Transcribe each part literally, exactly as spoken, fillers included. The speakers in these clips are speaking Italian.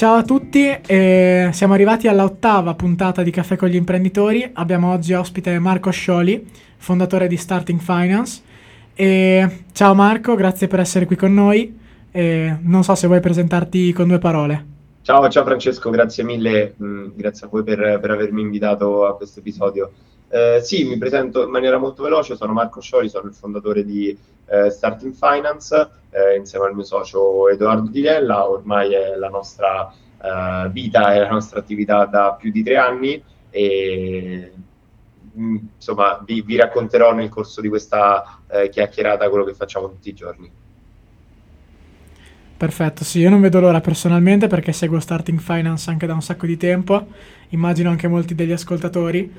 Ciao a tutti, eh, siamo arrivati alla ottava puntata di Caffè con gli imprenditori. Abbiamo oggi ospite Marco Scioli, fondatore di Starting Finance. E ciao Marco, grazie per essere qui con noi. E non so se vuoi presentarti con due parole. Ciao, ciao Francesco, grazie mille, mh, grazie a voi per, per avermi invitato a questo episodio. Eh, sì, mi presento in maniera molto veloce, sono Marco Scioli, sono il fondatore di eh, Starting Finance, eh, insieme al mio socio Edoardo Di Lella. Ormai è la nostra eh, vita, è la nostra attività da più di tre anni e mh, insomma vi, vi racconterò nel corso di questa eh, chiacchierata quello che facciamo tutti i giorni. Perfetto, sì, io non vedo l'ora personalmente perché seguo Starting Finance anche da un sacco di tempo, immagino anche molti degli ascoltatori.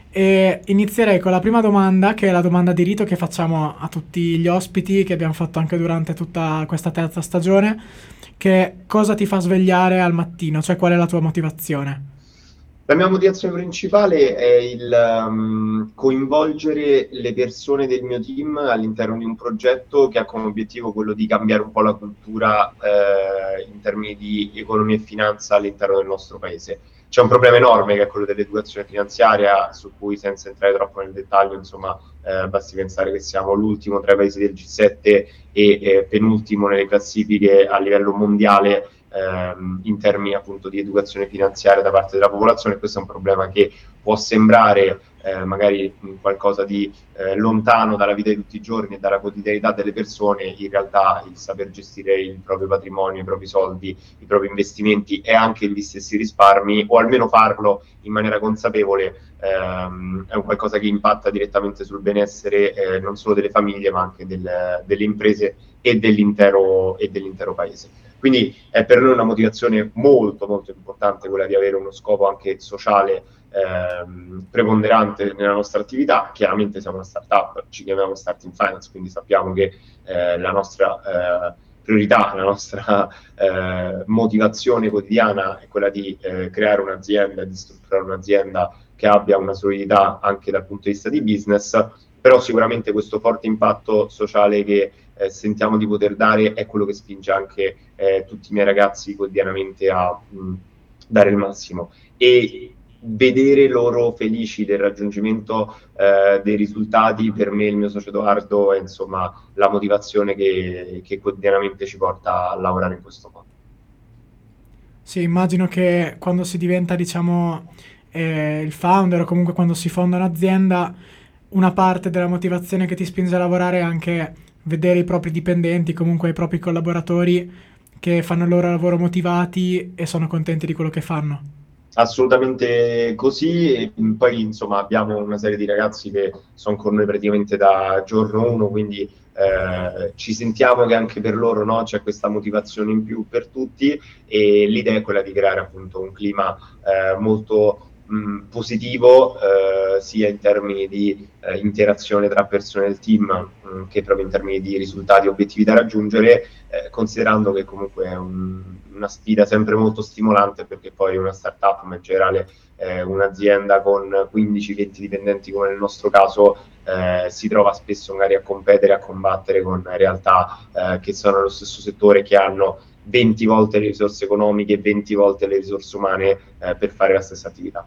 E inizierei con la prima domanda, che è la domanda di rito che facciamo a tutti gli ospiti, che abbiamo fatto anche durante tutta questa terza stagione, che è: cosa ti fa svegliare al mattino, cioè qual è la tua motivazione? La mia motivazione principale è il um, coinvolgere le persone del mio team all'interno di un progetto che ha come obiettivo quello di cambiare un po' la cultura eh, in termini di economia e finanza all'interno del nostro paese. C'è un problema enorme che è quello dell'educazione finanziaria, su cui, senza entrare troppo nel dettaglio, insomma, eh, basti pensare che siamo l'ultimo tra i paesi del G sette e eh, penultimo nelle classifiche a livello mondiale ehm, in termini appunto di educazione finanziaria da parte della popolazione. Questo è un problema che può sembrare eh, magari qualcosa di eh, lontano dalla vita di tutti i giorni e dalla quotidianità delle persone. In realtà il saper gestire il proprio patrimonio, i propri soldi, i propri investimenti e anche gli stessi risparmi, o almeno farlo in maniera consapevole, ehm, è un qualcosa che impatta direttamente sul benessere eh, non solo delle famiglie ma anche del, delle imprese e dell'intero, e dell'intero paese. Quindi è per noi una motivazione molto molto importante quella di avere uno scopo anche sociale ehm, preponderante nella nostra attività. Chiaramente siamo una startup, ci chiamiamo Starting Finance, quindi sappiamo che eh, la nostra eh, priorità, la nostra eh, motivazione quotidiana è quella di eh, creare un'azienda, di strutturare un'azienda che abbia una solidità anche dal punto di vista di business, però sicuramente questo forte impatto sociale che eh, sentiamo di poter dare è quello che spinge anche eh, tutti i miei ragazzi quotidianamente a mh, dare il massimo, e vedere loro felici del raggiungimento eh, dei risultati. Per me, il mio socio Edoardo, è insomma la motivazione che, che quotidianamente ci porta a lavorare in questo modo. Sì, immagino che quando si diventa, diciamo, eh, il founder o comunque quando si fonda un'azienda, una parte della motivazione che ti spinge a lavorare è anche vedere i propri dipendenti, comunque i propri collaboratori che fanno il loro lavoro motivati e sono contenti di quello che fanno. Assolutamente così, e poi insomma abbiamo una serie di ragazzi che sono con noi praticamente da giorno uno, quindi eh, ci sentiamo che anche per loro, no, c'è questa motivazione in più per tutti, e l'idea è quella di creare appunto un clima eh, molto mh, positivo, eh, sia in termini di eh, interazione tra persone del team, mh, che proprio in termini di risultati e obiettivi da raggiungere, eh, considerando che comunque è un, una sfida sempre molto stimolante, perché poi una startup, ma in generale eh, un'azienda con quindici venti dipendenti come nel nostro caso, eh, si trova spesso magari a competere, a combattere con realtà eh, che sono nello stesso settore, che hanno venti volte le risorse economiche e venti volte le risorse umane eh, per fare la stessa attività.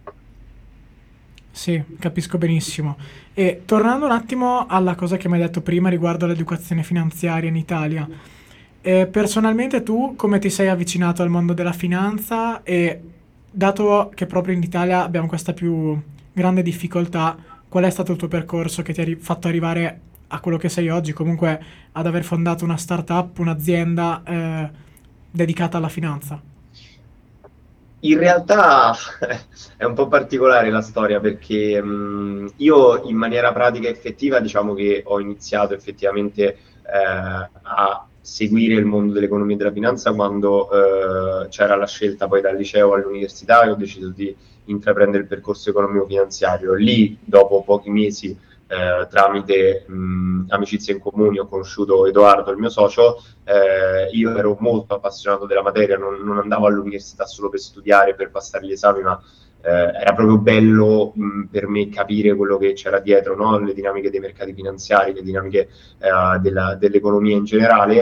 Sì, capisco benissimo. E tornando un attimo alla cosa che mi hai detto prima riguardo l'educazione finanziaria in Italia, eh, personalmente tu come ti sei avvicinato al mondo della finanza e, dato che proprio in Italia abbiamo questa più grande difficoltà, qual è stato il tuo percorso che ti ha ri- fatto arrivare a quello che sei oggi, comunque ad aver fondato una startup, un'azienda eh, dedicata alla finanza? In realtà è un po' particolare la storia, perché mh, io in maniera pratica e effettiva diciamo che ho iniziato effettivamente eh, a seguire il mondo dell'economia e della finanza quando eh, c'era la scelta poi dal liceo all'università, e ho deciso di intraprendere il percorso economico-finanziario. Lì, dopo pochi mesi, eh, tramite mh, amicizie in comune, ho conosciuto Edoardo, il mio socio. Eh, io ero molto appassionato della materia, non, non andavo all'università solo per studiare, per passare gli esami, ma eh, era proprio bello mh, per me capire quello che c'era dietro, no? Le dinamiche dei mercati finanziari, le dinamiche eh, della, dell'economia in generale.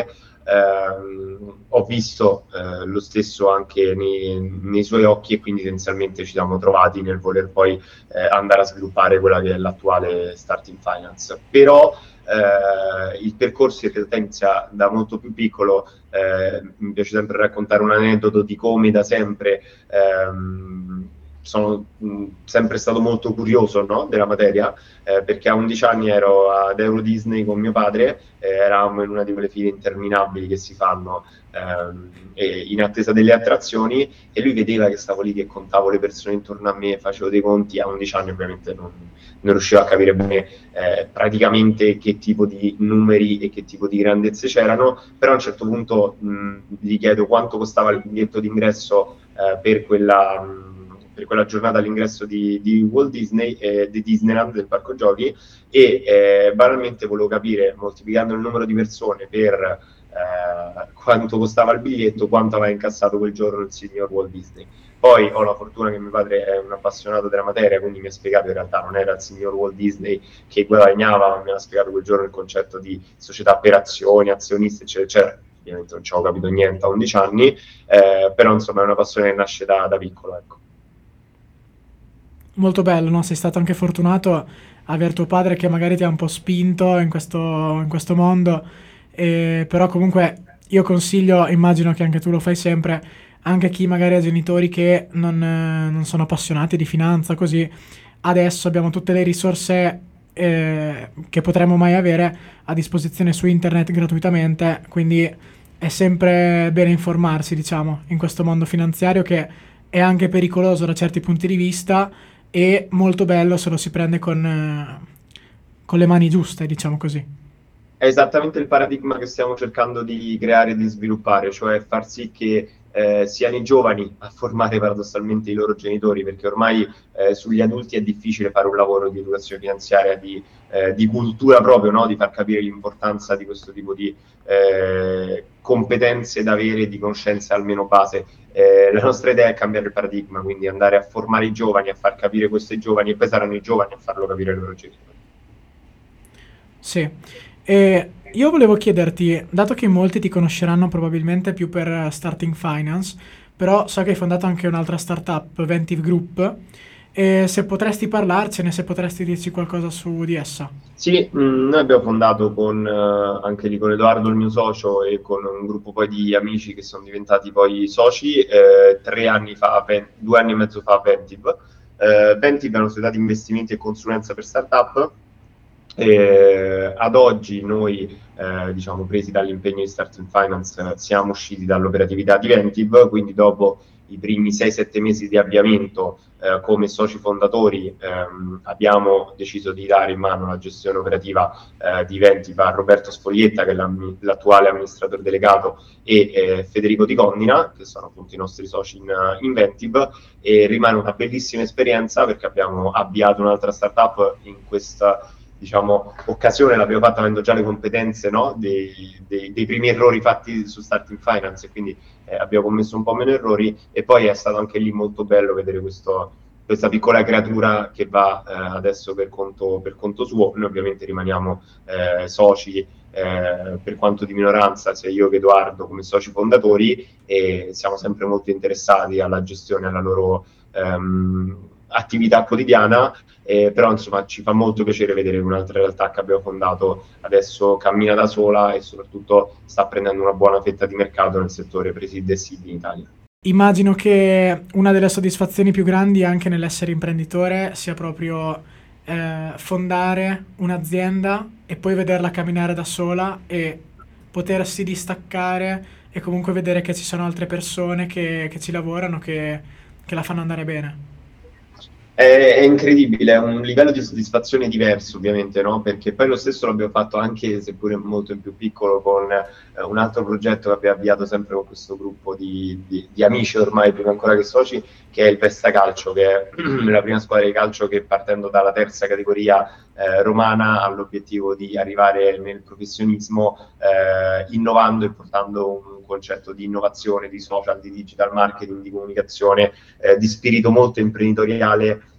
ehm, ho visto eh, lo stesso anche nei, nei suoi occhi, e quindi tendenzialmente ci siamo trovati nel voler poi eh, andare a sviluppare quella che è l'attuale Starting Finance. Però eh, il percorso in realtà inizia da molto più piccolo. Eh, mi piace sempre raccontare un aneddoto di come da sempre ehm, sono mh, sempre stato molto curioso, no, della materia, eh, perché a undici anni ero ad Euro Disney con mio padre, eh, eravamo in una di quelle file interminabili che si fanno ehm, e in attesa delle attrazioni, e lui vedeva che stavo lì che contavo le persone intorno a me, facevo dei conti. A undici anni ovviamente non, non riuscivo a capire bene eh, praticamente che tipo di numeri e che tipo di grandezze c'erano, però a un certo punto mh, gli chiedo quanto costava il biglietto d'ingresso eh, per quella... Mh, per quella giornata all'ingresso di, di Walt Disney, eh, di Disneyland, del parco giochi, e eh, banalmente volevo capire, moltiplicando il numero di persone per eh, quanto costava il biglietto, quanto aveva incassato quel giorno il signor Walt Disney. Poi ho la fortuna che mio padre è un appassionato della materia, quindi mi ha spiegato in realtà non era il signor Walt Disney che guadagnava, ma mi ha spiegato quel giorno il concetto di società per azioni, azionisti, eccetera, eccetera. Ovviamente non ci avevo capito niente a undici anni, eh, però insomma è una passione che nasce da, da piccolo, ecco. Molto bello, no? Sei stato anche fortunato a avere tuo padre che magari ti ha un po' spinto in questo, in questo mondo, e, però comunque io consiglio, immagino che anche tu lo fai sempre, anche a chi magari ha genitori che non, eh, non sono appassionati di finanza, così adesso abbiamo tutte le risorse eh, che potremmo mai avere a disposizione su internet gratuitamente, quindi è sempre bene informarsi, diciamo, in questo mondo finanziario che è anche pericoloso da certi punti di vista e molto bello se lo si prende con, eh, con le mani giuste, diciamo così. È esattamente il paradigma che stiamo cercando di creare e di sviluppare, cioè far sì che eh, siano i giovani a formare paradossalmente i loro genitori, perché ormai eh, sugli adulti è difficile fare un lavoro di educazione finanziaria, di, eh, di cultura proprio, no? Di far capire l'importanza di questo tipo di eh, competenze da avere, di conoscenze almeno base. Eh, la nostra idea è cambiare il paradigma, quindi andare a formare i giovani, a far capire questo ai giovani, e poi saranno i giovani a farlo capire ai loro genitori. Sì. E io volevo chiederti, dato che molti ti conosceranno probabilmente più per eh, Starting Finance, però so che hai fondato anche un'altra startup, Ventive Group, e se potresti parlarcene, se potresti dirci qualcosa su di essa. Sì, mh, noi abbiamo fondato con, eh, anche lì con Edoardo, il mio socio, e con un gruppo poi di amici che sono diventati poi soci, eh, tre anni fa, Ven- due anni e mezzo fa, Ventive. Eh, Ventive è una società di investimenti e consulenza per startup. Eh, ad oggi noi, eh, diciamo, presi dall'impegno di Starting Finance, eh, siamo usciti dall'operatività di Ventive, quindi dopo i primi sei sette mesi di avviamento eh, come soci fondatori ehm, abbiamo deciso di dare in mano la gestione operativa eh, di Ventive a Roberto Sfoglietta, che è l'attuale amministratore delegato, e eh, Federico Di Connina, che sono appunto i nostri soci in, in Ventive, e rimane una bellissima esperienza perché abbiamo avviato un'altra startup in questa, diciamo, occasione, l'abbiamo fatta avendo già le competenze, no? dei, dei, dei primi errori fatti su Starting Finance, e quindi eh, abbiamo commesso un po' meno errori, e poi è stato anche lì molto bello vedere questo, questa piccola creatura che va eh, adesso per conto, per conto suo. Noi ovviamente rimaniamo eh, soci eh, per quanto di minoranza, sia io che Edoardo come soci fondatori, e siamo sempre molto interessati alla gestione, alla loro ehm, attività quotidiana. Eh, però insomma ci fa molto piacere vedere un'altra realtà che abbiamo fondato adesso cammina da sola e soprattutto sta prendendo una buona fetta di mercato nel settore presidi e siti in Italia. Immagino che una delle soddisfazioni più grandi anche nell'essere imprenditore sia proprio eh, fondare un'azienda e poi vederla camminare da sola e potersi distaccare e comunque vedere che ci sono altre persone che, che ci lavorano, che, che la fanno andare bene. È, è incredibile, è un livello di soddisfazione diverso ovviamente, no? Perché poi lo stesso l'abbiamo fatto anche, seppure molto in più piccolo, con eh, un altro progetto che abbiamo avviato sempre con questo gruppo di, di, di amici ormai, prima ancora che soci, che è il Pesta Calcio, che è la prima squadra di calcio che, partendo dalla terza categoria eh, romana, ha l'obiettivo di arrivare nel professionismo eh, innovando e portando un concetto di innovazione, di social, di digital marketing, di comunicazione, eh, di spirito molto imprenditoriale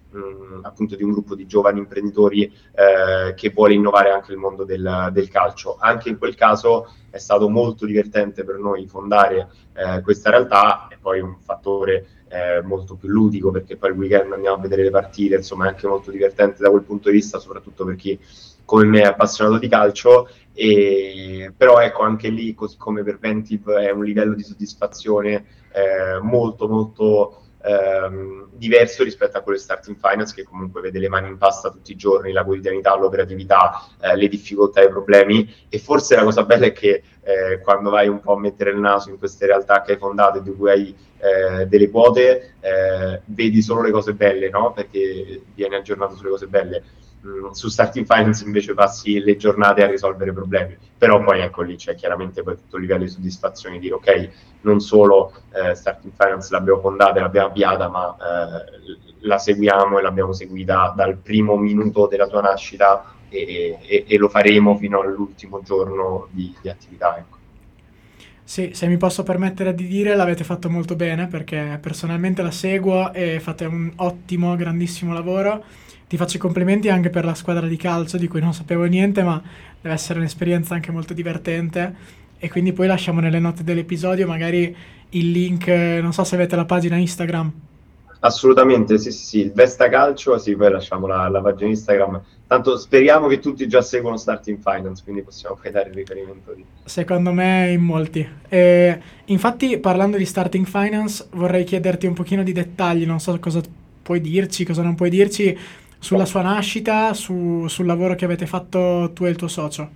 mh, appunto di un gruppo di giovani imprenditori eh, che vuole innovare anche il mondo del, del calcio. Anche in quel caso è stato molto divertente per noi fondare eh, questa realtà, e poi un fattore eh, molto più ludico, perché poi il weekend andiamo a vedere le partite, insomma è anche molto divertente da quel punto di vista, soprattutto per chi come me è appassionato di calcio. E, però ecco, anche lì, così come per Ventiv, è un livello di soddisfazione eh, molto molto ehm, diverso rispetto a quello di Starting Finance, che comunque vede le mani in pasta tutti i giorni, la quotidianità, l'operatività, eh, le difficoltà, i problemi. E forse la cosa bella è che eh, quando vai un po' a mettere il naso in queste realtà che hai fondato e di cui hai eh, delle quote, eh, vedi solo le cose belle, no? Perché vieni aggiornato sulle cose belle. Mm, su Starting Finance invece passi le giornate a risolvere problemi, però poi ecco lì c'è chiaramente poi tutto il livello di soddisfazione di dire ok, non solo eh, Starting Finance l'abbiamo fondata e l'abbiamo avviata, ma eh, la seguiamo e l'abbiamo seguita dal primo minuto della sua nascita e, e, e lo faremo fino all'ultimo giorno di, di attività, ecco. Sì, se mi posso permettere di dire, l'avete fatto molto bene, perché personalmente la seguo e fate un ottimo, grandissimo lavoro. Ti faccio i complimenti anche per la squadra di calcio, di cui non sapevo niente, ma deve essere un'esperienza anche molto divertente. E quindi poi lasciamo nelle note dell'episodio magari il link, non so se avete la pagina Instagram. Assolutamente, sì, sì, sì, il Vesta Calcio, sì, poi lasciamo la, la pagina Instagram. Tanto speriamo che tutti già seguono Starting Finance, quindi possiamo poi dare il riferimento di... Secondo me in molti. E infatti, parlando di Starting Finance, vorrei chiederti un pochino di dettagli, non so cosa puoi dirci, cosa non puoi dirci, sulla sua nascita, su, sul lavoro che avete fatto tu e il tuo socio.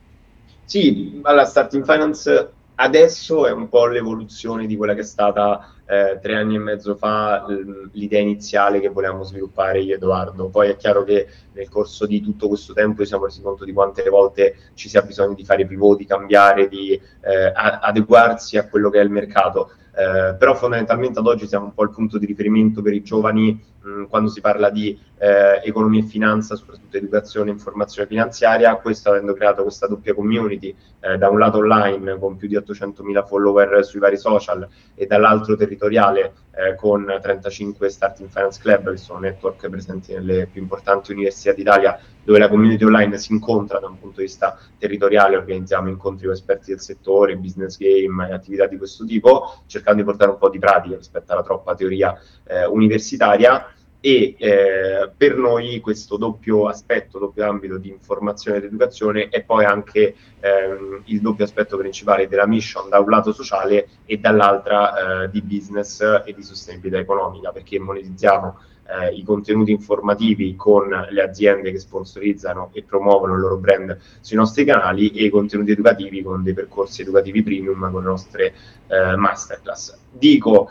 Sì, allora Starting Finance adesso è un po' l'evoluzione di quella che è stata eh, tre anni e mezzo fa l- l'idea iniziale che volevamo sviluppare io e Edoardo. Poi è chiaro che nel corso di tutto questo tempo ci siamo resi conto di quante volte ci sia bisogno di fare pivot, di cambiare, di eh, a- adeguarsi a quello che è il mercato. Eh, però fondamentalmente ad oggi siamo un po' il punto di riferimento per i giovani mh, quando si parla di eh, economia e finanza, soprattutto educazione e informazione finanziaria, questo avendo creato questa doppia community, eh, da un lato online con più di ottocentomila follower sui vari social e dall'altro territoriale eh, con trentacinque Starting Finance Club, che sono network presenti nelle più importanti università d'Italia, dove la community online si incontra da un punto di vista territoriale. Organizziamo incontri con esperti del settore, business game e attività di questo tipo, cercando di portare un po' di pratica rispetto alla troppa teoria eh, universitaria. E eh, per noi questo doppio aspetto, doppio ambito di informazione ed educazione è poi anche ehm, il doppio aspetto principale della mission, da un lato sociale e dall'altra eh, di business e di sostenibilità economica, perché monetizziamo eh, i contenuti informativi con le aziende che sponsorizzano e promuovono il loro brand sui nostri canali, e i contenuti educativi con dei percorsi educativi premium con le nostre eh, masterclass. Dico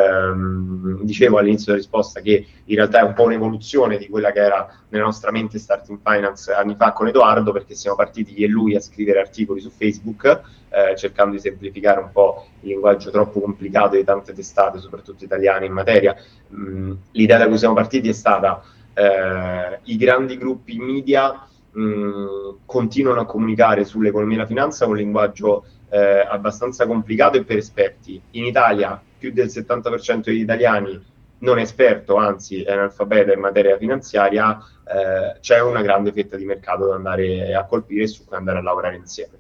Ehm, dicevo all'inizio della risposta che in realtà è un po' un'evoluzione di quella che era nella nostra mente Starting Finance anni fa con Edoardo, perché siamo partiti io e lui a scrivere articoli su Facebook eh, cercando di semplificare un po' il linguaggio troppo complicato di tante testate, soprattutto italiane in materia. Mm, l'idea da cui siamo partiti è stata eh, i grandi gruppi media mh, continuano a comunicare sull'economia e la finanza con un linguaggio eh, abbastanza complicato e per esperti. In Italia più del settanta per cento degli italiani non è esperto, anzi è analfabeta in materia finanziaria. Eh, c'è una grande fetta di mercato da andare a colpire e su cui andare a lavorare insieme.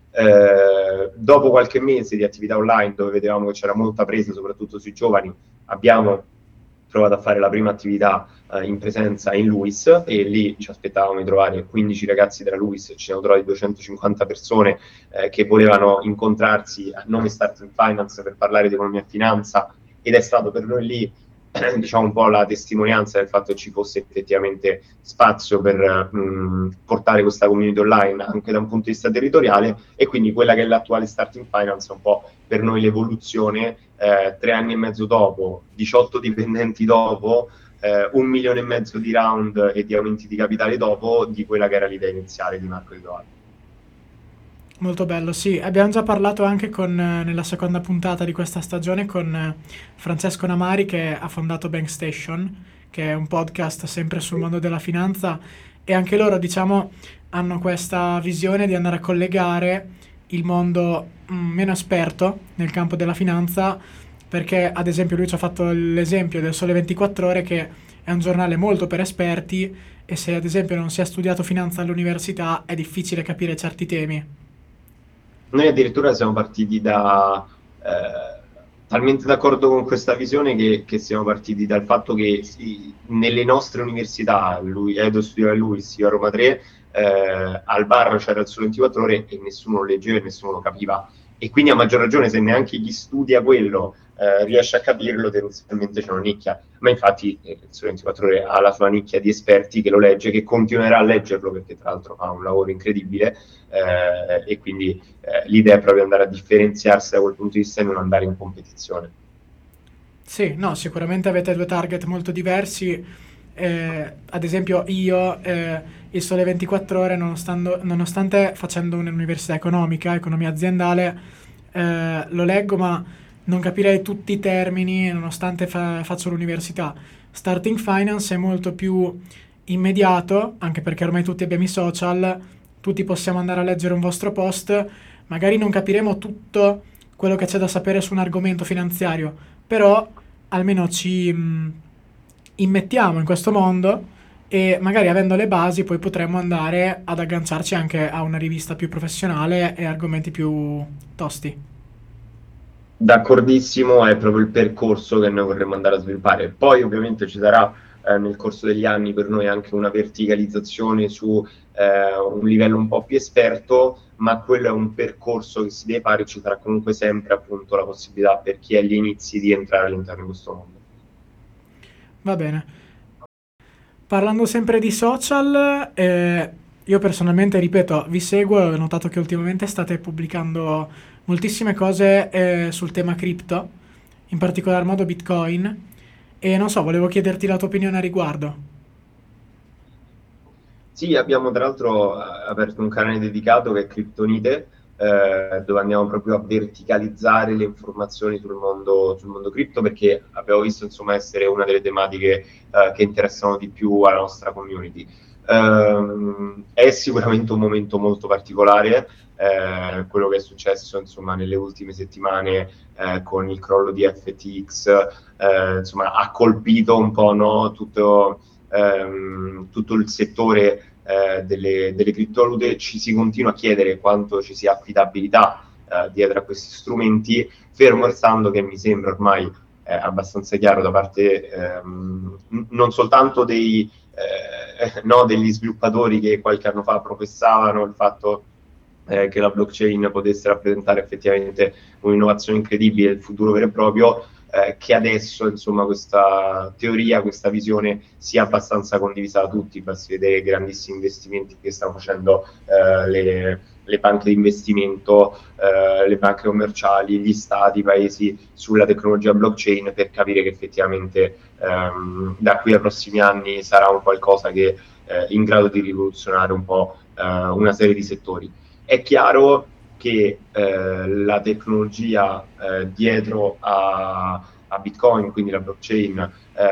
Eh, dopo qualche mese di attività online, dove vedevamo che c'era molta presa soprattutto sui giovani, abbiamo provato a fare la prima attività eh, in presenza in Luis, e lì ci aspettavamo di trovare quindici ragazzi della Luis, ci siamo trovati duecentocinquanta persone eh, che volevano incontrarsi a nome Starting Finance per parlare di economia e finanza, ed è stato per noi lì diciamo un po' la testimonianza del fatto che ci fosse effettivamente spazio per mh, portare questa community online anche da un punto di vista territoriale. E quindi quella che è l'attuale Starting Finance è un po' per noi l'evoluzione, eh, tre anni e mezzo dopo, diciotto dipendenti dopo, eh, un milione e mezzo di round e di aumenti di capitale dopo, di quella che era l'idea iniziale di Marco Edoardo. Molto bello, sì. Abbiamo già parlato anche con, eh, nella seconda puntata di questa stagione con eh, Francesco Namari, che ha fondato Bank Station, che è un podcast sempre sul mondo della finanza, e anche loro, diciamo, hanno questa visione di andare a collegare il mondo mh, meno esperto nel campo della finanza perché ad esempio lui ci ha fatto l'esempio del Sole ventiquattro Ore, che è un giornale molto per esperti, e se ad esempio non si è studiato finanza all'università è difficile capire certi temi. Noi addirittura siamo partiti da eh, talmente d'accordo con questa visione che, che siamo partiti dal fatto che sì, nelle nostre università, lui, Edo studiava a Luis, io a Roma tre, eh, al bar c'era il Sole ventiquattro Ore e nessuno lo leggeva e nessuno lo capiva. E quindi a maggior ragione, se neanche chi studia quello eh, riesce a capirlo, tendenzialmente c'è una nicchia. Ma infatti eh, il Sole ventiquattro Ore ha la sua nicchia di esperti che lo legge, che continuerà a leggerlo perché tra l'altro fa un lavoro incredibile, eh, e quindi eh, l'idea è proprio andare a differenziarsi da quel punto di vista e non andare in competizione. Sì, no, sicuramente avete due target molto diversi. Eh, ad esempio io, eh, il Sole ventiquattro Ore, nonostando- nonostante facendo un'università economica, economia aziendale, eh, lo leggo ma non capirei tutti i termini nonostante fa- faccio l'università. Starting Finance è molto più immediato, anche perché ormai tutti abbiamo i social, tutti possiamo andare a leggere un vostro post, magari non capiremo tutto quello che c'è da sapere su un argomento finanziario, però almeno ci mh, immettiamo in questo mondo e magari avendo le basi poi potremmo andare ad agganciarci anche a una rivista più professionale e argomenti più tosti. D'accordissimo, è proprio il percorso che noi vorremmo andare a sviluppare. Poi ovviamente ci sarà eh, nel corso degli anni per noi anche una verticalizzazione su eh, un livello un po' più esperto, ma quello è un percorso che si deve fare, ci sarà comunque sempre appunto la possibilità per chi è agli inizi di entrare all'interno di questo mondo. Va bene. Parlando sempre di social, eh, io personalmente, ripeto, vi seguo e ho notato che ultimamente state pubblicando moltissime cose eh, sul tema cripto, in particolar modo Bitcoin, e non so, volevo chiederti la tua opinione a riguardo. Sì, abbiamo tra l'altro eh, aperto un canale dedicato che è Kryptonite, eh, dove andiamo proprio a verticalizzare le informazioni sul mondo, sul mondo cripto, perché abbiamo visto insomma essere una delle tematiche eh, che interessano di più alla nostra community. Ehm, è sicuramente un momento molto particolare, eh, quello che è successo insomma nelle ultime settimane eh, con il crollo di F T X, eh, insomma ha colpito un po', no, tutto, ehm, tutto il settore eh, delle, delle criptovalute. Ci si continua a chiedere quanto ci sia affidabilità eh, dietro a questi strumenti, fermo restando che mi sembra ormai eh, abbastanza chiaro da parte ehm, non soltanto dei, eh, no, degli sviluppatori che qualche anno fa professavano il fatto eh, che la blockchain potesse rappresentare effettivamente un'innovazione incredibile, il futuro vero e proprio, eh, che adesso insomma questa teoria, questa visione sia abbastanza condivisa da tutti. Basti vedere i grandissimi investimenti che stanno facendo eh, le, le banche di investimento, eh, le banche commerciali, gli stati, i paesi sulla tecnologia blockchain, per capire che effettivamente ehm, da qui ai prossimi anni sarà un qualcosa che eh, in grado di rivoluzionare un po' eh, una serie di settori. È chiaro che eh, la tecnologia eh, dietro a, a Bitcoin, quindi la blockchain, eh,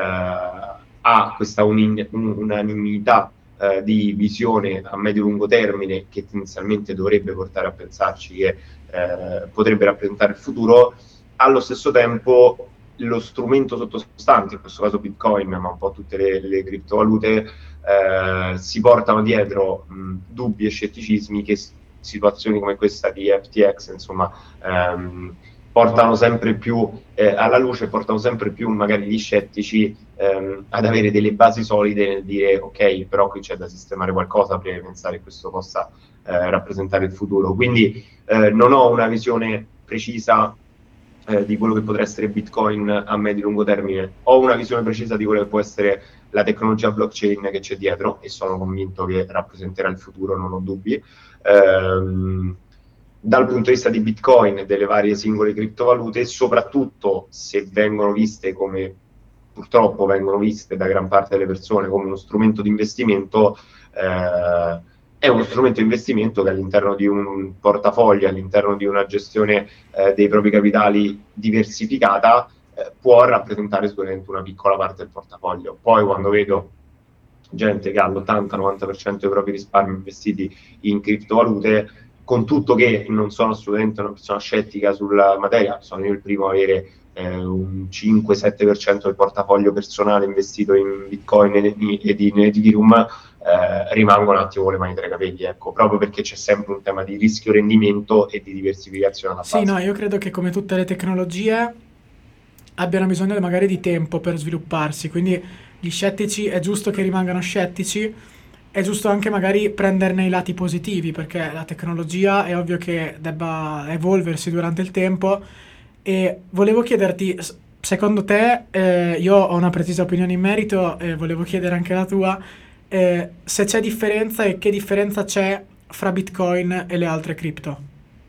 ha questa unin- unanimità eh, di visione a medio-lungo termine che tendenzialmente dovrebbe portare a pensarci che eh, potrebbe rappresentare il futuro. Allo stesso tempo lo strumento sottostante, in questo caso Bitcoin, ma un po' tutte le, le criptovalute, eh, si portano dietro mh, dubbi e scetticismi che situazioni come questa di F T X, insomma, ehm, portano sempre più eh, alla luce, portano sempre più magari gli scettici ehm, ad avere delle basi solide nel dire ok, però qui c'è da sistemare qualcosa prima di pensare che questo possa eh, rappresentare il futuro. Quindi eh, non ho una visione precisa eh, di quello che potrà essere Bitcoin a medio-lungo termine, ho una visione precisa di quello che può essere la tecnologia blockchain che c'è dietro e sono convinto che rappresenterà il futuro, non ho dubbi. Ehm, dal punto di vista di Bitcoin e delle varie singole criptovalute, soprattutto se vengono viste come purtroppo vengono viste da gran parte delle persone come uno strumento di investimento, eh, è uno strumento di investimento che all'interno di un portafoglio, all'interno di una gestione eh, dei propri capitali diversificata, eh, può rappresentare sicuramente una piccola parte del portafoglio. Poi quando vedo gente che ha l'ottanta novanta per cento dei propri risparmi investiti in criptovalute, con tutto che non sono assolutamente una persona scettica sulla materia, sono io il primo a avere eh, un cinque sette per cento del portafoglio personale investito in Bitcoin ed in Ethereum, eh, rimangono un attimo con le mani tra i capelli, ecco, proprio perché c'è sempre un tema di rischio rendimento e di diversificazione alla Sì, no, base. io credo che come tutte le tecnologie abbiano bisogno magari di tempo per svilupparsi, quindi gli scettici è giusto che rimangano scettici, è giusto anche magari prenderne i lati positivi, perché la tecnologia è ovvio che debba evolversi durante il tempo. E volevo chiederti, s- secondo te, eh, io ho una precisa opinione in merito e volevo chiedere anche la tua, eh, se c'è differenza e che differenza c'è fra Bitcoin e le altre cripto.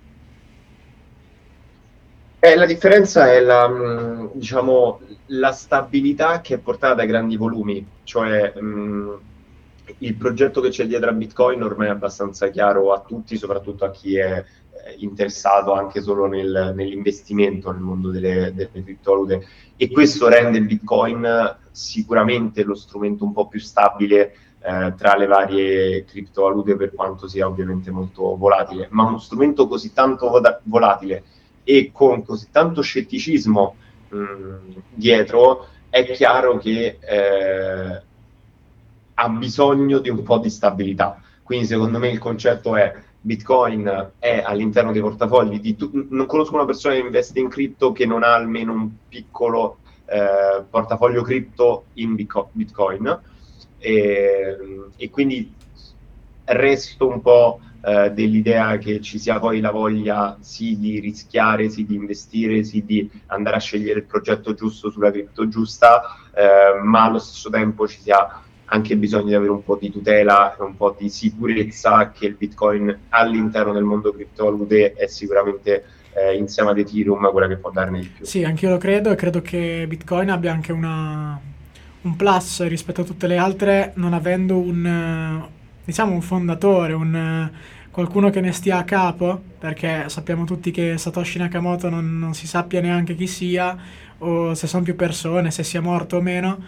Eh, la differenza è la, mh, diciamo, la stabilità che è portata dai grandi volumi, cioè mh, il progetto che c'è dietro a Bitcoin ormai è abbastanza chiaro a tutti, soprattutto a chi è eh, interessato anche solo nel- nell'investimento nel mondo delle, delle criptovalute, e questo rende il Bitcoin sicuramente lo strumento un po' più stabile eh, tra le varie criptovalute, per quanto sia ovviamente molto volatile, ma uno strumento così tanto voda- volatile e con così tanto scetticismo mh, dietro, è chiaro che eh, ha bisogno di un po' di stabilità. Quindi secondo me il concetto è: Bitcoin è all'interno dei portafogli di tu- non conosco una persona che investe in cripto che non ha almeno un piccolo eh, portafoglio cripto in Bitcoin, e, e quindi resto un po' eh, dell'idea che ci sia poi la voglia sì di rischiare, sì di investire, sì di andare a scegliere il progetto giusto sulla cripto giusta, eh, ma allo stesso tempo ci sia anche bisogno di avere un po' di tutela e un po' di sicurezza che il Bitcoin all'interno del mondo criptovalute è sicuramente eh, insieme ad Ethereum quella che può darne di più. Sì, anch'io lo credo e credo che Bitcoin abbia anche una, un plus rispetto a tutte le altre, non avendo un, eh, diciamo, un fondatore, un, eh, qualcuno che ne stia a capo, perché sappiamo tutti che Satoshi Nakamoto non, non si sappia neanche chi sia, o se sono più persone, se sia morto o meno,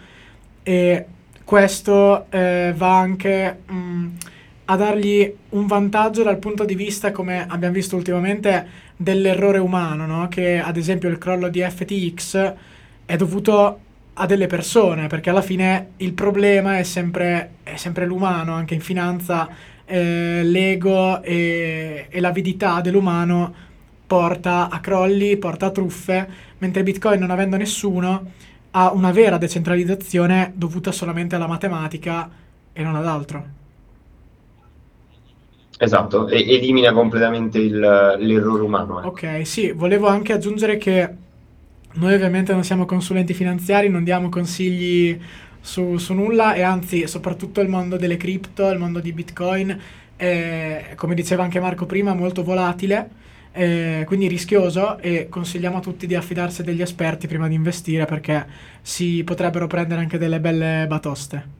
e questo eh, va anche mh, a dargli un vantaggio dal punto di vista, come abbiamo visto ultimamente, dell'errore umano, no? Che ad esempio il crollo di F T X è dovuto a delle persone, perché alla fine il problema è sempre, è sempre l'umano, anche in finanza eh, l'ego e, e l'avidità dell'umano porta a crolli, porta a truffe, mentre Bitcoin, non avendo nessuno, ha una vera decentralizzazione dovuta solamente alla matematica e non ad altro. Esatto, e elimina completamente il- l'errore umano, ecco. Ok, sì, volevo anche aggiungere che noi ovviamente non siamo consulenti finanziari, non diamo consigli su, su nulla, e anzi, soprattutto il mondo delle cripto, il mondo di Bitcoin, è, come diceva anche Marco prima, molto volatile, eh, quindi rischioso, e consigliamo a tutti di affidarsi a degli esperti prima di investire, perché si potrebbero prendere anche delle belle batoste.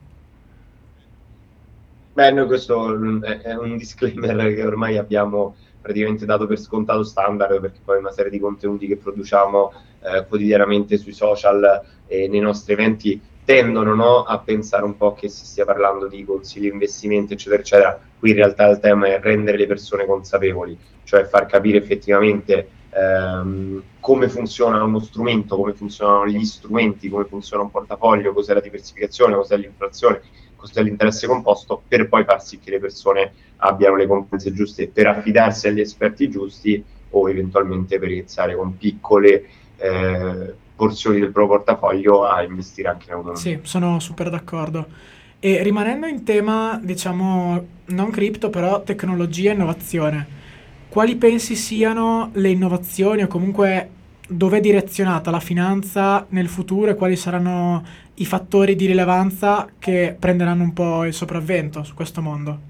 Beh, noi questo mh, è è un disclaimer che ormai abbiamo praticamente dato per scontato standard, perché poi una serie di contenuti che produciamo eh, quotidianamente sui social e nei nostri eventi tendono, no, a pensare un po' che si stia parlando di consigli di investimento, eccetera, eccetera. Qui in realtà il tema è rendere le persone consapevoli, cioè far capire effettivamente ehm, come funziona uno strumento, come funzionano gli strumenti, come funziona un portafoglio, cos'è la diversificazione, cos'è l'inflazione, cos'è l'interesse composto, per poi far sì che le persone abbiano le competenze giuste per affidarsi agli esperti giusti, o eventualmente per iniziare con piccole eh, porzioni del proprio portafoglio a investire anche in autonomia. Sì, sono super d'accordo. E rimanendo in tema, diciamo, non cripto, però tecnologia e innovazione, quali pensi siano le innovazioni, o comunque dove è direzionata la finanza nel futuro, e quali saranno i fattori di rilevanza che prenderanno un po' il sopravvento su questo mondo?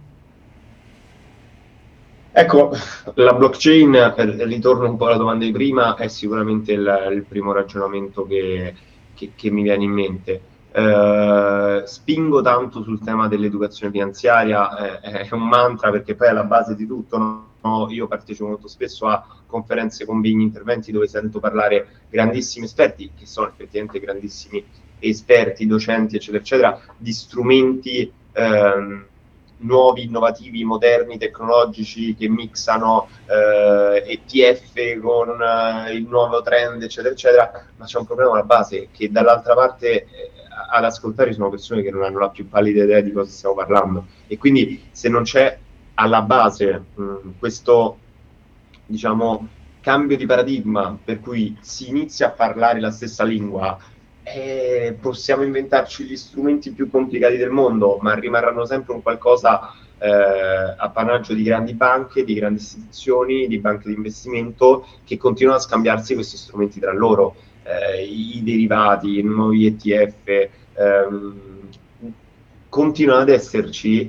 Ecco, la blockchain, eh, ritorno un po' alla domanda di prima, è sicuramente il, il primo ragionamento che, che- che mi viene in mente. Eh, spingo tanto sul tema dell'educazione finanziaria, eh, è un mantra perché poi è la base di tutto, no? No, io partecipo molto spesso a conferenze, convegni, interventi dove sento parlare grandissimi esperti, che sono effettivamente grandissimi esperti, docenti, eccetera, eccetera, di strumenti ehm, nuovi, innovativi, moderni, tecnologici che mixano eh, E T F con eh, il nuovo trend, eccetera, eccetera, ma c'è un problema alla base, che dall'altra parte eh, ad ascoltare ci sono persone che non hanno la più pallida idea di cosa stiamo parlando, e quindi se non c'è alla base mh, questo, diciamo, cambio di paradigma per cui si inizia a parlare la stessa lingua, eh, possiamo inventarci gli strumenti più complicati del mondo, ma rimarranno sempre un qualcosa eh, appannaggio di grandi banche, di grandi istituzioni, di banche di investimento che continuano a scambiarsi questi strumenti tra loro, eh, i derivati, i nuovi E T F, ehm, continuano ad esserci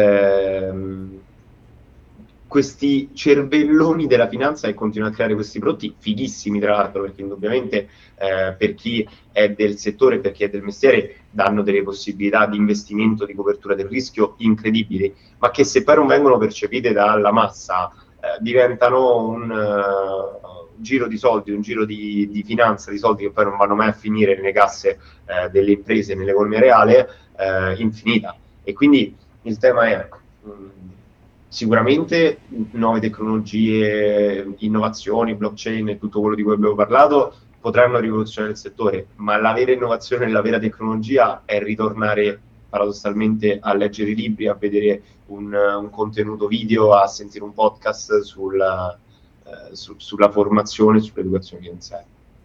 ehm, questi cervelloni della finanza che continuano a creare questi prodotti fighissimi, tra l'altro, perché indubbiamente eh, per chi è del settore, per chi è del mestiere, danno delle possibilità di investimento, di copertura del rischio incredibili, ma che se poi non vengono percepite dalla massa eh, diventano un uh, giro di soldi, un giro di, di finanza, di soldi che poi non vanno mai a finire nelle casse eh, delle imprese, nell'economia reale, eh, infinita. E quindi il tema è mh, sicuramente nuove tecnologie, innovazioni, blockchain e tutto quello di cui abbiamo parlato potranno rivoluzionare il settore, ma la vera innovazione e la vera tecnologia è ritornare paradossalmente a leggere i libri, a vedere un, un contenuto video, a sentire un podcast sulla, eh, su, sulla formazione e sull'educazione finanziaria.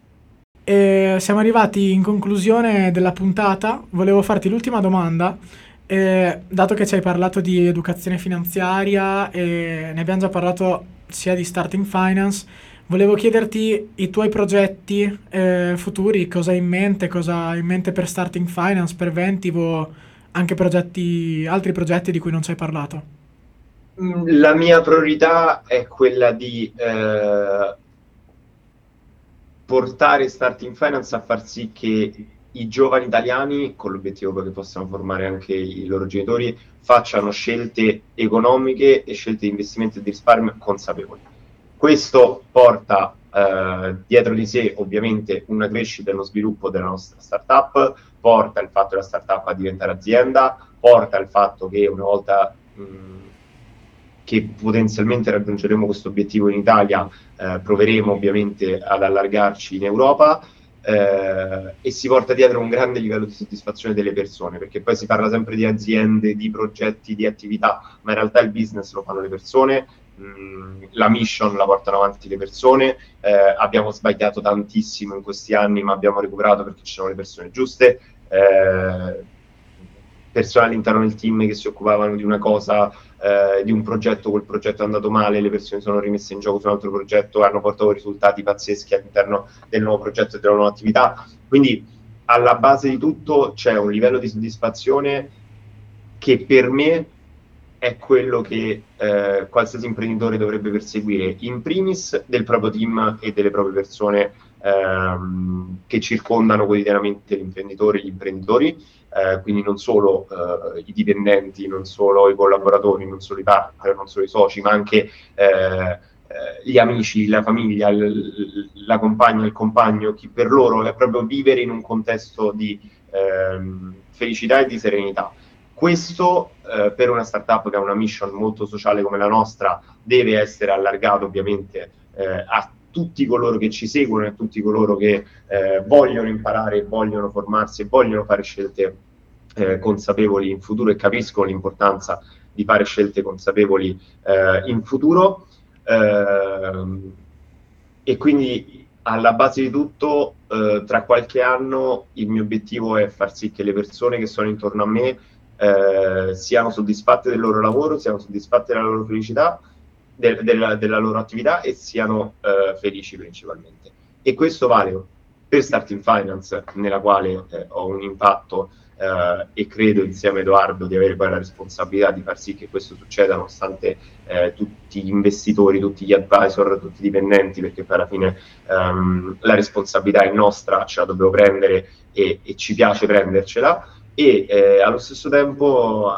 E siamo arrivati in conclusione della puntata. Volevo farti l'ultima domanda. Eh, dato che ci hai parlato di educazione finanziaria e ne abbiamo già parlato sia di Starting Finance, volevo chiederti i tuoi progetti eh, futuri, cosa hai in mente, cosa hai in mente per Starting Finance, per Ventive o anche progetti, altri progetti di cui non ci hai parlato. La mia priorità è quella di eh, portare Starting Finance a far sì che i giovani italiani, con l'obiettivo poi che possano formare anche i loro genitori, facciano scelte economiche e scelte di investimento e di risparmio consapevoli. Questo porta eh, dietro di sé ovviamente una crescita e uno sviluppo della nostra startup, porta il fatto della startup a diventare azienda, porta il fatto che una volta mh, che potenzialmente raggiungeremo questo obiettivo in Italia, eh, proveremo ovviamente ad allargarci in Europa, eh, e si porta dietro un grande livello di soddisfazione delle persone, perché poi si parla sempre di aziende, di progetti, di attività, ma in realtà il business lo fanno le persone, mh, la mission la portano avanti le persone, eh, abbiamo sbagliato tantissimo in questi anni, ma abbiamo recuperato perché ci sono le persone giuste, eh, persone all'interno del team che si occupavano di una cosa, eh, di un progetto, quel progetto è andato male, le persone sono rimesse in gioco su un altro progetto, hanno portato risultati pazzeschi all'interno del nuovo progetto e della nuova attività. Quindi alla base di tutto c'è un livello di soddisfazione che per me è quello che eh, qualsiasi imprenditore dovrebbe perseguire, in primis del proprio team e delle proprie persone ehm, che circondano quotidianamente l'imprenditore e gli imprenditori, eh, quindi non solo eh, i dipendenti, non solo i collaboratori, non solo i partner, non solo i soci, ma anche eh, gli amici, la famiglia, l- la compagna, il compagno, chi per loro è proprio vivere in un contesto di ehm, felicità e di serenità. Questo eh, per una startup che ha una mission molto sociale come la nostra deve essere allargato ovviamente eh, a tutti coloro che ci seguono e a tutti coloro che eh, vogliono imparare, vogliono formarsi e vogliono fare scelte eh, consapevoli in futuro e capiscono l'importanza di fare scelte consapevoli eh, in futuro. Eh, e quindi alla base di tutto, eh, tra qualche anno il mio obiettivo è far sì che le persone che sono intorno a me eh, siano soddisfatte del loro lavoro, siano soddisfatte della loro felicità, de- della, della loro attività e siano eh, felici principalmente. E questo vale per Starting Finance, nella quale eh, ho un impatto eh, e credo insieme a Edoardo di avere poi la responsabilità di far sì che questo succeda nonostante eh, tutti gli investitori, tutti gli advisor, tutti i dipendenti, perché poi alla fine ehm, la responsabilità è nostra, ce la dobbiamo prendere e, e ci piace prendercela, e eh, allo stesso tempo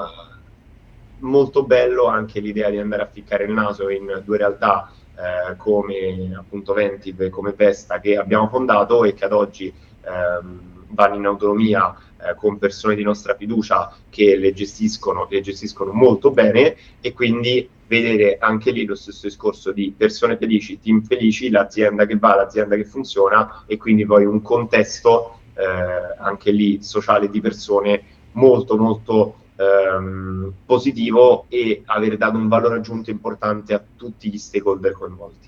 molto bello anche l'idea di andare a ficcare il naso in due realtà eh, come appunto Ventive e come Vesta che abbiamo fondato e che ad oggi ehm, vanno in autonomia eh, con persone di nostra fiducia che le gestiscono, le gestiscono molto bene, e quindi vedere anche lì lo stesso discorso di persone felici, team felici, l'azienda che va, l'azienda che funziona, e quindi poi un contesto eh, anche lì sociale di persone molto molto ehm, positivo, e aver dato un valore aggiunto importante a tutti gli stakeholder coinvolti.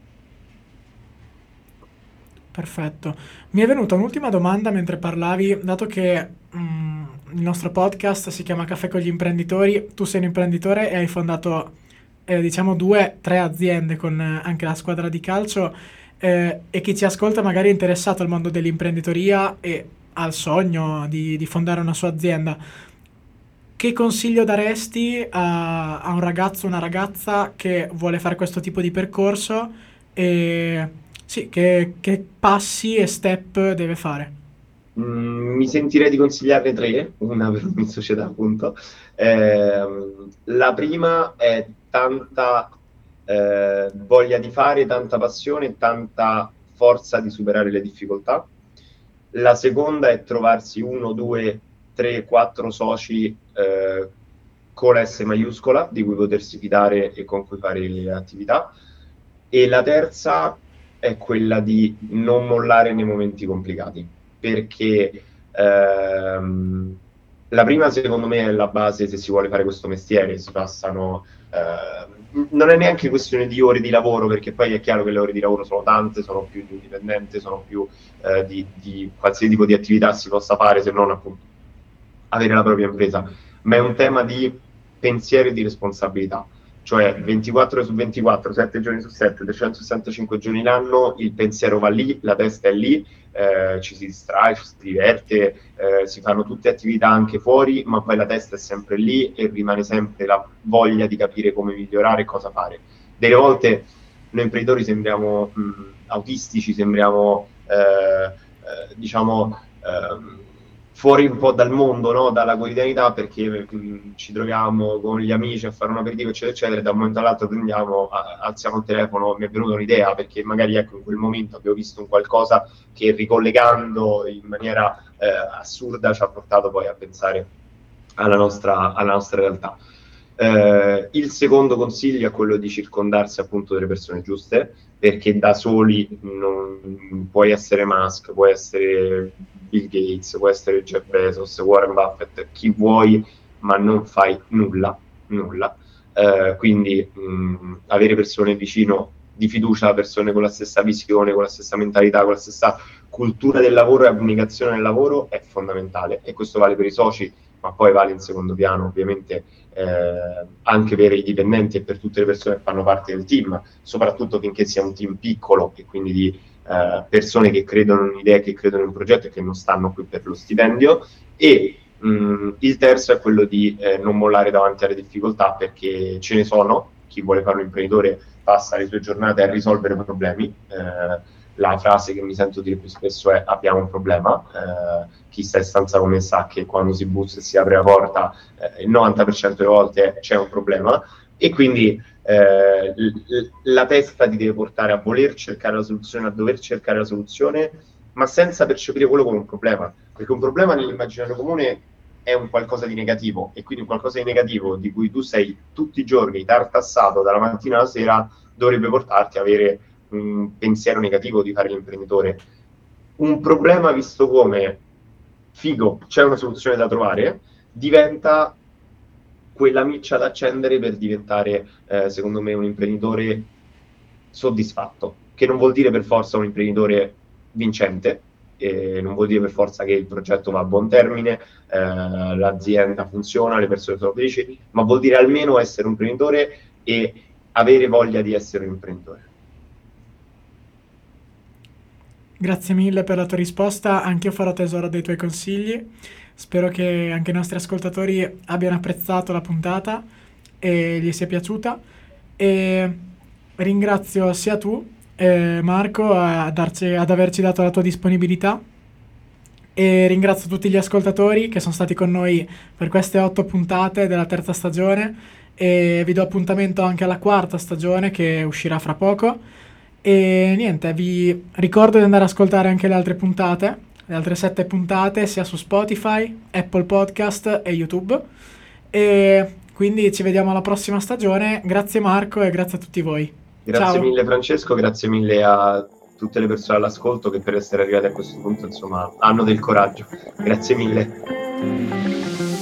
Perfetto. Mi è venuta un'ultima domanda mentre parlavi, dato che mm, il nostro podcast si chiama Caffè con gli imprenditori, tu sei un imprenditore e hai fondato, eh, diciamo, due, tre aziende con eh, anche la squadra di calcio, eh, e chi ci ascolta magari è interessato al mondo dell'imprenditoria e ha il sogno di, di fondare una sua azienda. Che consiglio daresti a, a un ragazzo o una ragazza che vuole fare questo tipo di percorso e sì, che, che passi e step deve fare? Mm, mi sentirei di consigliarne tre, una per ogni società, appunto. Ehm, la prima è tanta eh, voglia di fare, tanta passione e tanta forza di superare le difficoltà. La seconda è trovarsi uno, due, tre, quattro soci eh, con la S maiuscola, di cui potersi fidare e con cui fare attività. E la terza è quella di non mollare nei momenti complicati, perché ehm, la prima, secondo me, è la base se si vuole fare questo mestiere. Si passano eh, non è neanche questione di ore di lavoro, perché poi è chiaro che le ore di lavoro sono tante, sono più di un dipendente, sono più eh, di, di qualsiasi tipo di attività si possa fare, se non appunto avere la propria impresa, ma è un tema di pensiero e di responsabilità. Cioè ventiquattro ore su ventiquattro, sette giorni su sette, trecentosessantacinque giorni l'anno, il pensiero va lì, la testa è lì, eh, ci si distrae, ci si diverte, eh, si fanno tutte attività anche fuori, ma poi la testa è sempre lì e rimane sempre la voglia di capire come migliorare e cosa fare. Delle volte noi imprenditori sembriamo mh, autistici, sembriamo eh, eh, diciamo eh, fuori un po' dal mondo, no? Dalla quotidianità, perché mh, ci troviamo con gli amici a fare un aperitivo, eccetera, eccetera, e da un momento all'altro prendiamo, a, alziamo il telefono, mi è venuta un'idea, perché magari ecco in quel momento abbiamo visto un qualcosa che, ricollegando in maniera eh, assurda, ci ha portato poi a pensare alla nostra, alla nostra realtà. Eh, il secondo consiglio è quello di circondarsi appunto delle persone giuste, perché da soli non puoi essere Musk, puoi essere Bill Gates, può essere Jeff Bezos, Warren Buffett, chi vuoi, ma non fai nulla, nulla. Eh, quindi mh, avere persone vicino di fiducia, persone con la stessa visione, con la stessa mentalità, con la stessa cultura del lavoro e abnegazione del lavoro è fondamentale, e questo vale per i soci, ma poi vale in secondo piano ovviamente eh, anche per i dipendenti e per tutte le persone che fanno parte del team, soprattutto finché sia un team piccolo e quindi di eh, persone che credono in un'idea, che credono in un progetto e che non stanno qui per lo stipendio. E mh, il terzo è quello di eh, non mollare davanti alle difficoltà, perché ce ne sono. Chi vuole fare un imprenditore passa le sue giornate a risolvere problemi. Eh, la frase che mi sento dire più spesso è: abbiamo un problema. Eh, chi sta in stanza con me sa che quando si bussa e si apre la porta, eh, il novanta per cento delle volte c'è un problema, e quindi eh, l- la testa ti deve portare a voler cercare la soluzione, a dover cercare la soluzione, ma senza percepire quello come un problema, perché un problema nell'immaginario comune è un qualcosa di negativo, e quindi un qualcosa di negativo di cui tu sei tutti i giorni tartassato dalla mattina alla sera dovrebbe portarti a avere un pensiero negativo di fare l'imprenditore. Un problema visto come figo, c'è una soluzione da trovare, diventa quella miccia da accendere per diventare, eh, secondo me, un imprenditore soddisfatto, che non vuol dire per forza un imprenditore vincente, eh, non vuol dire per forza che il progetto va a buon termine, eh, l'azienda funziona, le persone sono felici, ma vuol dire almeno essere un imprenditore e avere voglia di essere un imprenditore. Grazie mille per la tua risposta, anche io farò tesoro dei tuoi consigli. Spero che anche i nostri ascoltatori abbiano apprezzato la puntata e gli sia piaciuta. E ringrazio sia tu, eh, Marco, a darci, ad averci dato la tua disponibilità, e ringrazio tutti gli ascoltatori che sono stati con noi per queste otto puntate della terza stagione, e vi do appuntamento anche alla quarta stagione che uscirà fra poco. E niente, vi ricordo di andare ad ascoltare anche le altre puntate le altre sette puntate sia su Spotify, Apple Podcast e YouTube. E quindi ci vediamo alla prossima stagione. Grazie Marco e grazie a tutti voi. Grazie Ciao. mille Francesco, grazie mille a tutte le persone all'ascolto che per essere arrivate a questo punto insomma hanno del coraggio. Grazie mille.